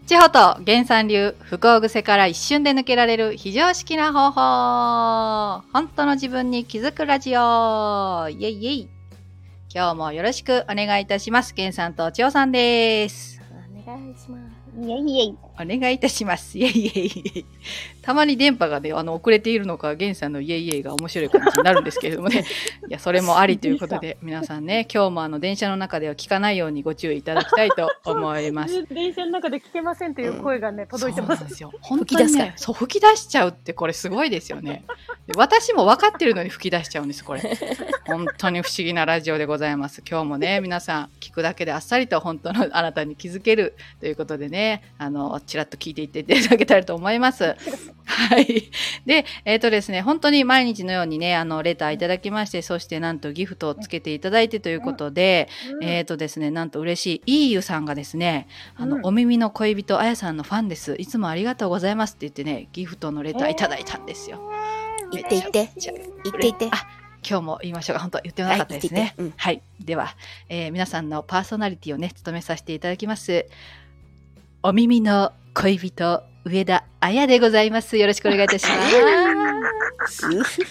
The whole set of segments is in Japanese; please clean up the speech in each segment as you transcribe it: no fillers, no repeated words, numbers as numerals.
千穂と原さん流不幸癖から一瞬で抜けられる非常識な方法。本当の自分に気づくラジオ。イエイイエイ。今日もよろしくお願いいたします。原さんと千穂さんです。 お願いします。 イエイイエイ。 お願いいたします。イエイイエイ。たまに電波がね、遅れているのか、原さんのイエイイエイが面白い感じになるんですけれどもね。いや、それもありということで、皆さんね、今日も電車の中では聞かないようにご注意いただきたいと思います。 電車の中で聞けませんという声がね、届いてます。 そうなんですよ。本当にね、そう吹き出しちゃうってこれすごいですよね。で私も分かってるのに吹き出しちゃうんです、これ。本当に不思議なラジオでございます。今日もね、皆さん聞くだけであっさりと本当のあなたに気づけるということでね、ちらっと聞いていっていただけたらと思います。はい。で、ですね、本当に毎日のようにね、レターいただきまして、そしてなんとギフトをつけていただいてということで、ですね、なんと嬉しい、いいゆさんがですね、お耳の恋人、あやさんのファンです。いつもありがとうございますって言ってね、ギフトのレターいただいたんですよ。 言って言って。 あ、今日も言いましょうか。本当言ってなかったですね。はい。では、皆さんのパーソナリティをね、務めさせていただきます。お耳の恋人、上田彩でございます。よろしくお願いいたします。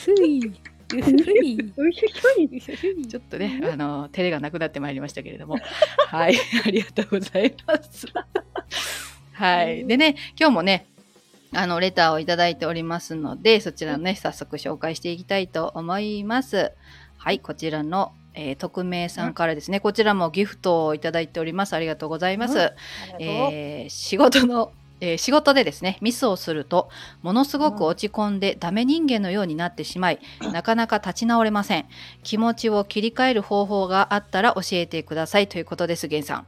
ちょっとね、照れがなくなってまいりましたけれども。はい。ありがとうございます。はい。でね、今日もね、レターをいただいておりますので、そちらね、早速紹介していきたいと思います。はい、こちらの、匿名さんからですね、こちらもギフトをいただいております。ありがとうございます。仕事でですね、ミスをすると、ものすごく落ち込んでダメ人間のようになってしまい、なかなか立ち直れません。気持ちを切り替える方法があったら教えてくださいということです、源さん。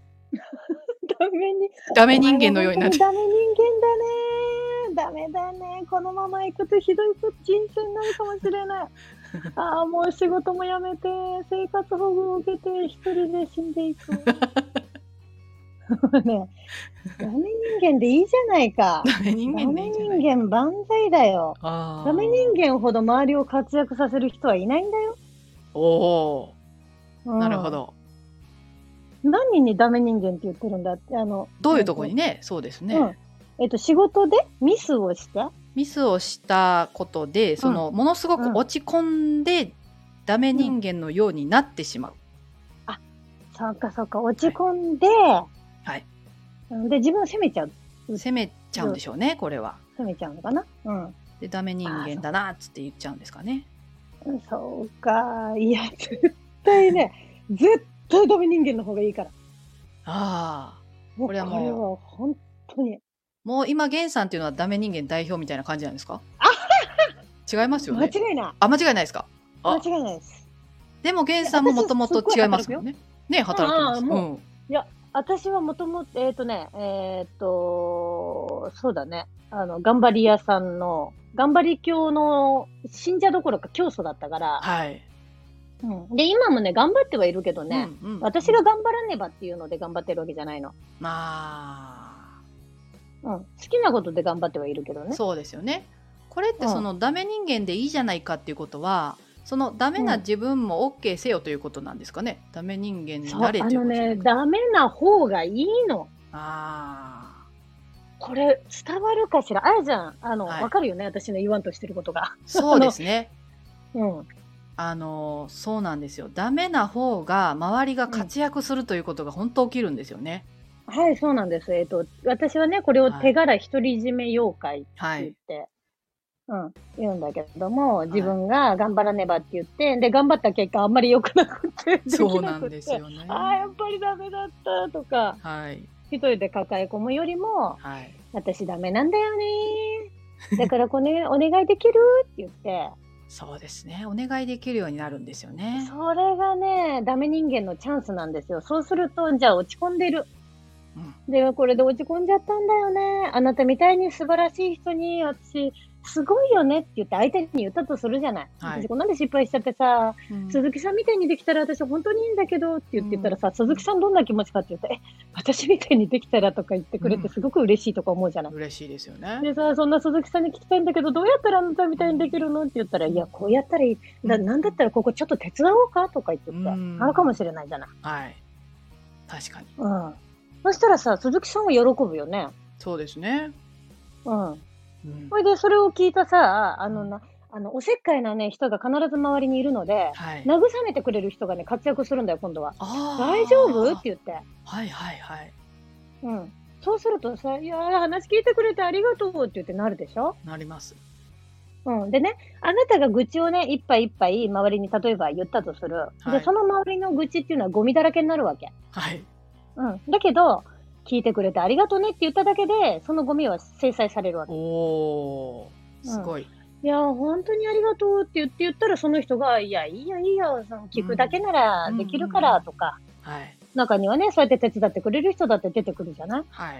ダメ人間のようになって。 ダメ人間だね。ダメだね。このまま行くとひどい人生になるかもしれない。ああ、もう仕事も辞めて、生活保護を受けて、一人で死んでいく。ね、ダメ人間でいいじゃないか。 ダメ人間でいいじゃない。 ダメ人間万歳だよ。ダメ人間ほど周りを活躍させる人はいないんだよ。 おー、なるほど。 何人にダメ人間って言ってるんだって。 どういうとこにね、そうですね。 仕事でミスをしたことで、ものすごく落ち込んで、ダメ人間のようになってしまう。 あ、そうかそうか、落ち込んで、 はい。 で、自分を責めちゃう。 責めちゃうんでしょうね、これは。 責めちゃうのかな。 で、ダメ人間だなっつって言っちゃうんですかね。 そうか。いや、絶対ね、絶対ダメ人間の方がいいから。 ああ。これはもう本当に。 もう今、源さんっていうのはダメ人間代表みたいな感じなんですか？違いますよね。 間違いない。 間違いないですか？ 間違いないです。 でも源さんももともと違いますもんね。ね、働きます。 いや、私はもともと、そうだね。頑張り屋さんの、頑張り教の信者どころか教祖だったから。 はい。 で、今もね、頑張ってはいるけどね、私が頑張らねばっていうので頑張ってるわけじゃないの。好きなことで頑張ってはいるけどね。 そうですよね。これってダメ人間でいいじゃないかっていうことは、そのダメな自分も OK せよということなんですかね。ダメ人間になれっていうことですか。 ダメな方がいいの。これ伝わるかしら。あやちゃん、わかるよね、私の言わんとしてることが。 そうですね。そうなんですよ。ダメな方が周りが活躍するということが本当起きるんですよね。 はい、そうなんです。私はね、これを手柄独り占め妖怪って言って、言うんだけども、自分が頑張らねばって言って、で、頑張った結果あんまり良くなくて、 そうなんですよね。 やっぱりダメだったとか、一人で抱え込むよりも、私ダメなんだよね。だからお願いできるって言って、 そうですね。お願いできるようになるんですよね。 それがね、ダメ人間のチャンスなんですよ。そうすると、じゃあ落ち込んでる。で、これで落ち込んじゃったんだよね。あなたみたいに素晴らしい人に、私、すごいよねって言って相手に言ったとするじゃない。私こんなんで失敗しちゃってさ、鈴木さんみたいにできたら私本当にいいんだけどって言ってたらさ、鈴木さんどんな気持ちかって言うと、私みたいにできたらとか言ってくれてすごく嬉しいとか思うじゃない。 嬉しいですよね。 でさ、そんな鈴木さんに聞きたいんだけど、どうやったらあなたみたいにできるのって言ったら、いや、こうやったらいい。なんだったらここちょっと手伝おうかとか言ってさ、あるかもしれないじゃない。 はい。確かに。 そしたらさ、鈴木さんは喜ぶよね。 そうですね。 うん。 うん。 それで、それを聞いたさ、おせっかいなね、人が必ず周りにいるので、 はい。 慰めてくれる人がね、活躍するんだよ、今度は。大丈夫ってあ言って。 あ。はいはいはい。 うん。そうするとさ、いやー、話聞いてくれてありがとうって言ってなるでしょ。 なります。 うん。でね、あなたが愚痴をね、一杯一杯周りに例えば言ったとする。で、 はいその周りの愚痴っていうのはゴミだらけになるわけ。 はい。 うん。だけど、聞いてくれてありがとうねって言っただけで、そのゴミは制裁されるわけ。 おー、すごい。 いや、本当にありがとうって言ったら、その人が、いや、いいよ、いいよ、その聞くだけならできるからとか、 はい。 中にはね、そうやって手伝ってくれる人だって出てくるじゃない。 はい。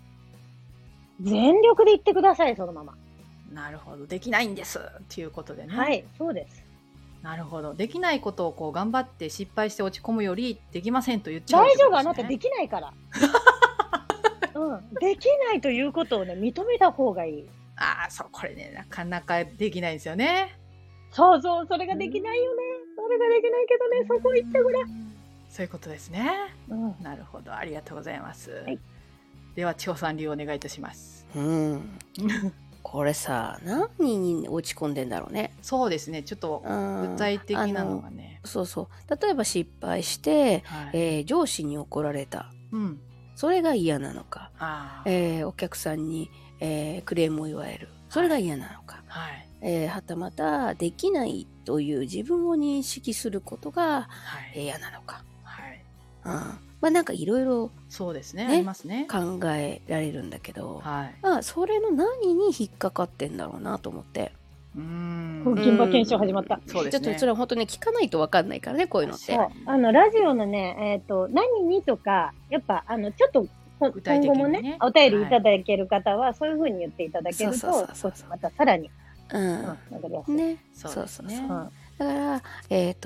全力で言ってください、そのまま。 なるほど。できないんですっていうことでね。 はい、そうです。 なるほど。できないことをこう頑張って失敗して落ち込むより、できませんと言っちゃうって大丈夫、 ことですね。 あなたできないから。うん、できないということをね、認めた方がいい。 ああ、そう、これね、なかなかできないんですよね。 そうそう、それができないよね。それができないけどね、そこ行ってごらん。 そういうことですね。 うん、 なるほど。ありがとうございます。 はい、 では、千穂さん流お願いいたします。 これさ、何に落ち込んでんだろうね。 そうですね。ちょっと具体的なのがね。 そうそう。例えば失敗して、 はい、 上司に怒られた。 うん。 それが嫌なのか。 あお客さんに、クレームを言われる。それが嫌なのか。 はい。 はたまた、できないという自分を認識することが、 はい、 嫌なのか。 はい。 まあなんかいろいろそうですね。ありますね。 考えられるんだけど、 はい。 まあそれの何に引っかかってんだろうなと思って。 現場検証始まった。 そうですね。 ちょっとそれは本当に聞かないと分かんないからね、こういうのって。 そう。ラジオのね、何にとか、やっぱ、ちょっと、今後もね、お便りいただける方は、そういうふうに言っていただけると、少しまたさらに、わかりやすい。 ね。そうそうそう。だから、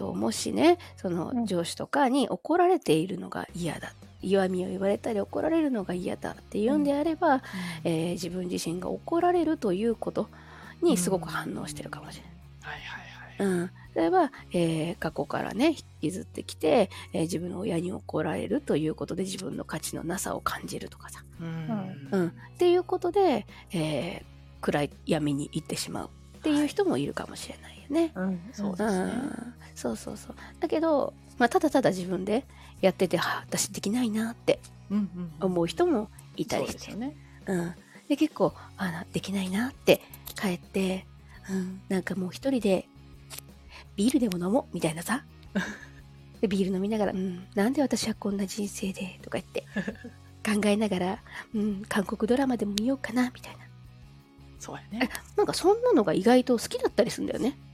もしね、その上司とかに怒られているのが嫌だ。弱みを言われたり怒られるのが嫌だっていうんであれば、自分自身が怒られるということにすごく反応してるかもしれない。はいはいはい。例えば、過去からね、引きずってきて、自分の親に怒られるということで自分の価値のなさを感じるとかさ。っていうことで、暗い闇に行ってしまうっていう人もいるかもしれないよね。 そうですね。 そうそうそう。だけど、まあ、ただただ自分でやってて、私できないなって思う人もいたりして。で、結構、できないなって帰って、なんかもう一人でビールでも飲もうみたいなさ。でビール飲みながら、なんで私はこんな人生でとか言って考えながら、韓国ドラマでも見ようかなみたいな。 そうやね。 なんかそんなのが意外と好きだったりするんだよね。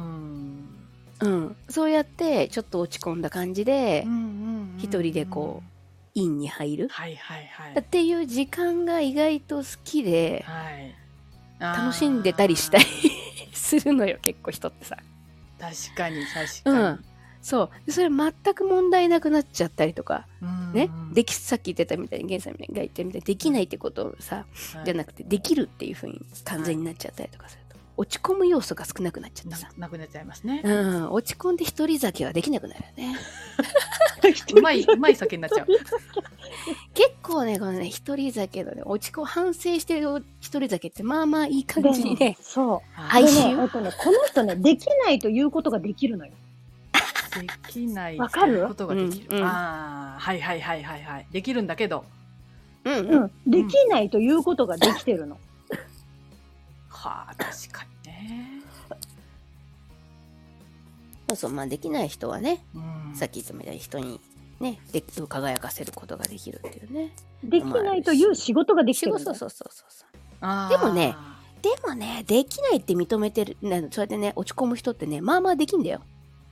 そうやってちょっと落ち込んだ感じで一人でこう陰に入るっていう時間が意外と好きで、楽しんでたりしたりするのよ、結構人ってさ。 確かに確かに。 そうそれ全く問題なくなっちゃったりとかね、さっき言ってたみたいに源さんが言ったみたいにできないってことをさ、じゃなくてできるっていう風に完全になっちゃったりとかすると、落ち込む要素が少なくなっちゃってさ、 なくなっちゃいますね。 落ち込んで一人酒はできなくなるよね。 うまい酒になっちゃう。 結構ね、このね、一人酒のね、反省してる一人酒ってまあまあいい感じにね。 そう。 哀愁。 この人ね、できないということができるのよ。 できないということができる。はいはいはいはいはい。できるんだけど。 できないということができてるの。 はあ、確かにね。 そう、まあできない人はね、さっき言ったみたいに人にね、輝かせることができるっていうね。 できないという仕事ができてるの。 そう。でもね、できないって認めてる、それでね、落ち込む人ってね、まあまあできんだよ。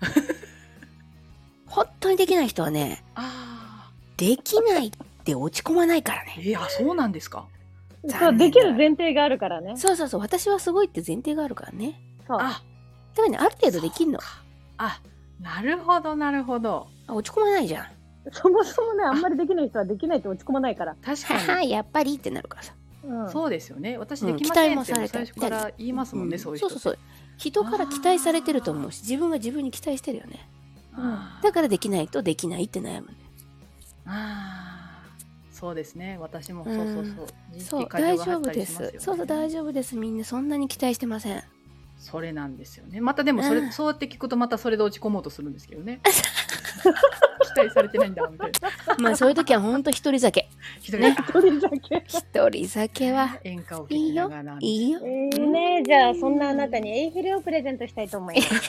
本当にできない人はね、できないって落ち込まないからね。 そうなんですか。 そう、できる前提があるからね。 そう、私はすごいって前提があるからね。 そう。 だからね、ある程度できんの。 なるほどなるほど。 落ち込まないじゃん。 そもそもね、あんまりできない人はできないって落ち込まないから。 確かに。 やっぱりってなるからさ。 そうですよね。私できませんって最初から言いますもんね、そういう人。 そう。人から期待されてると思うし、自分が自分に期待してるよね。だからできないとできないって悩むんだよ。 そうですね。私もそうそうそう。時そう、 期過剰大丈が入ったり夫です。 しますよね。 そうそう、大丈夫です。みんなそんなに期待してません。 それなんですよね。またでもうんそうやって聞くとまたそれで落ち込もうとするんですけどね。期待されてないんだみたいな。 まあそういう時はほんと一人酒。 一人ね一人だけ。 一人酒は演歌を聴いいよきながら。 いいよ。 ね、じゃあそんなあなたにエイヒレをプレゼントしたいと思います。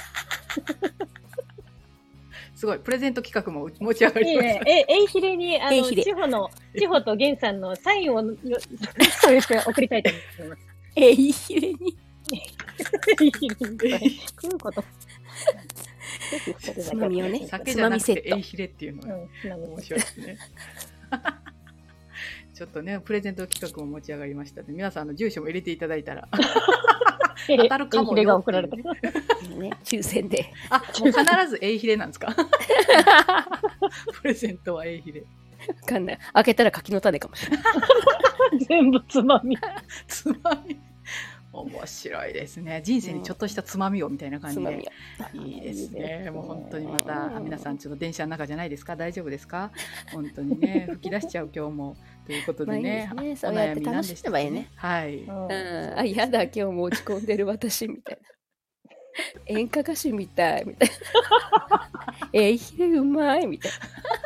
すごいプレゼント企画も持ち上がります。 いいね。エイヒレにエイヒレ千穂とゲンさんのサインを添えて送りたいと思います。 エイヒレにエイヒレに食うこと。 つまみをね酒じゃなくてつまみセットエイヒレっていうのが面面白いですね。ちょっとねプレゼント企画も持ち上がりましたので、皆さん住所も入れていただいたら当たるかもよエイヒレが送られて。 ね、抽選で。 あ、もう必ずエイヒレなんですか？プレゼントはエイヒレ。 わかんない。開けたら柿の種かもしれない。 全部つまみ。 つまみ。面白いですね。人生にちょっとしたつまみをみたいな感じつまみで。 を。 いいですね。もう本当にまた皆さんちょっと電車の中じゃないですか？大丈夫ですか？本当にね吹き出しちゃう今日もということでね。 まあいいですねそうやって楽しめばいいね。 はい。 うん、あ、やだ、今日も落ち込んでる私みたいな。演歌歌手みたいみたいな。エイヒレうまいみたいな。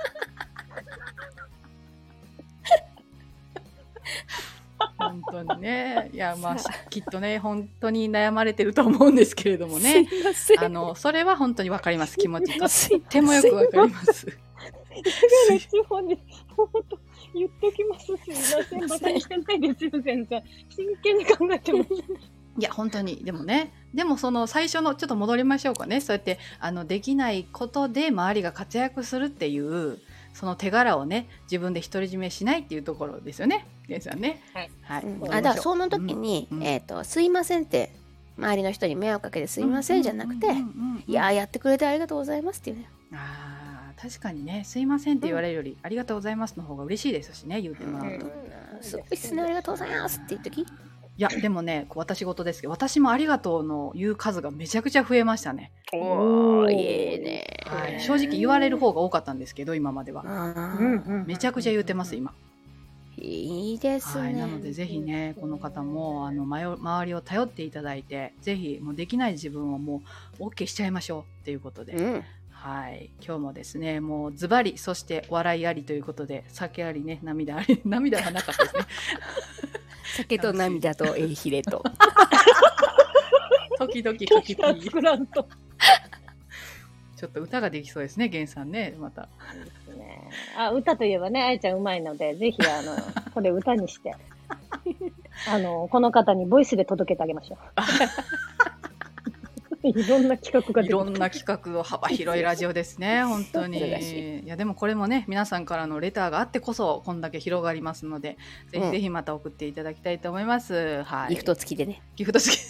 本当にね。いやまあきっとね本当に悩まれてると思うんですけれどもね。 すいません。 それは本当にわかります。気持ちとっすいませんてもよくわかります。 だから地方に本当言っときます。すいません。バカにしてないですよ全然。真剣に考えてます。 いや本当にでもね、でもその最初のちょっと戻りましょうかね。そうやってできないことで周りが活躍するっていうその手柄をね自分で独り占めしないっていうところですよね、ゲンさんね。 はいはい。 だからその時に、すいませんって周りの人に迷惑かけてすいませんじゃなくて、いややってくれてありがとうございますっていうね。 あー確かにね、すいませんって言われるより、ありがとうございますの方が嬉しいですしね、言ってもらうと。 すごいっすね、ありがとうございますっていう時。 いやでもね私事ですけど、私もありがとうの言う数がめちゃくちゃ増えましたね。 おー、いいね。 はい、正直言われる方が多かったんですけど今まではあめちゃくちゃ言ってます今。 いいですね。 はい、なのでぜひねこの方も周りを頼っていただいて、ぜひもうできない自分をもう OK しちゃいましょうっていうことで、はい、今日もですねもうズバリ、そして笑いありということで、酒ありね涙あり涙はなかったですね。 酒と涙とエイヒレと時々かけていい。 作らんと。 ちょっと歌ができそうですね、ゲンさんね。またあ、歌といえばね、あやちゃんうまいので、ぜひこれ歌にしてこの方にボイスで届けてあげましょう。いろんな企画がいろんな企画を幅広いラジオですね本当に。いやでもこれもね皆さんからのレターがあってこそこんだけ広がりますので、ぜひぜひまた送っていただきたいと思います。はい、 ギフト付きでね。 ギフト付き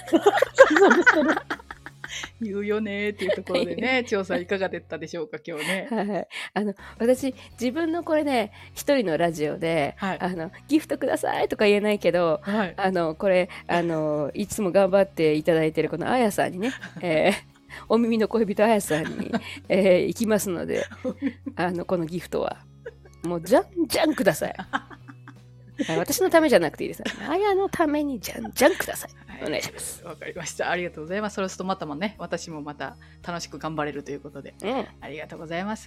言うよねっていうところでね、調査いかがだったでしょうか今日ね。 はい、私自分のこれね一人のラジオで、 はい、 ギフトくださいとか言えないけど、 はい、 これいつも頑張っていただいてるこのあやさんにね、お耳の恋人あやさんに、行きますのでこのギフトはもうじゃんじゃんください。私のためじゃなくていいです。あやのためにじゃんじゃんください。お願いします。 わかりました。ありがとうございます。そうするとまたもね、私もまた楽しく頑張れるということで、ありがとうございます。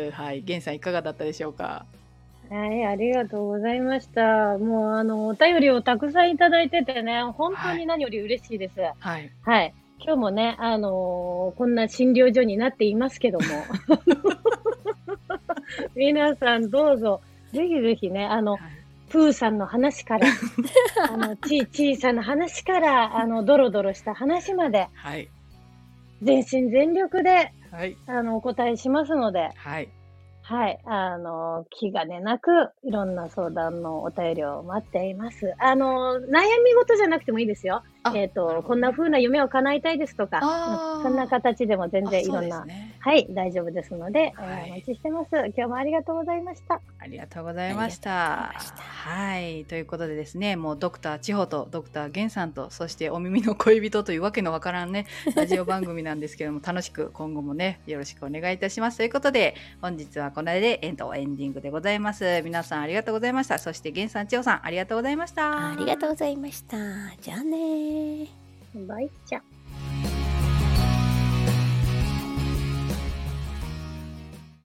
はい、ゲンさんいかがだったでしょうか。 はい、ありがとうございました。もうお便りをたくさんいただいててね、本当に何より嬉しいです。はい。はい、今日もね、こんな診療所になっていますけども、皆さんどうぞぜひぜひね、プーさんの話からちいさんの話からドロドロした話まで、はい、全身全力で、はい、お答えしますので、はいはい、気兼ねなくいろんな相談のお便りを待っています。悩み事じゃなくてもいいですよ。 こんな風な夢を叶えたいですとか、そんな形でも全然いろんな、はい、大丈夫ですので、お待ちしてます。今日もありがとうございました。 ありがとうございました。はい、ということでですね、もうドクター千穂とドクター源さんと、そしてお耳の恋人というわけのわからんね、ラジオ番組なんですけども、楽しく今後もね、よろしくお願いいたします。ということで、本日はこのでエンディングでございます。皆さんありがとうございました。そして源さん、千穂さん、ありがとうございました。 ありがとうございました。じゃあねー。 バイチャ。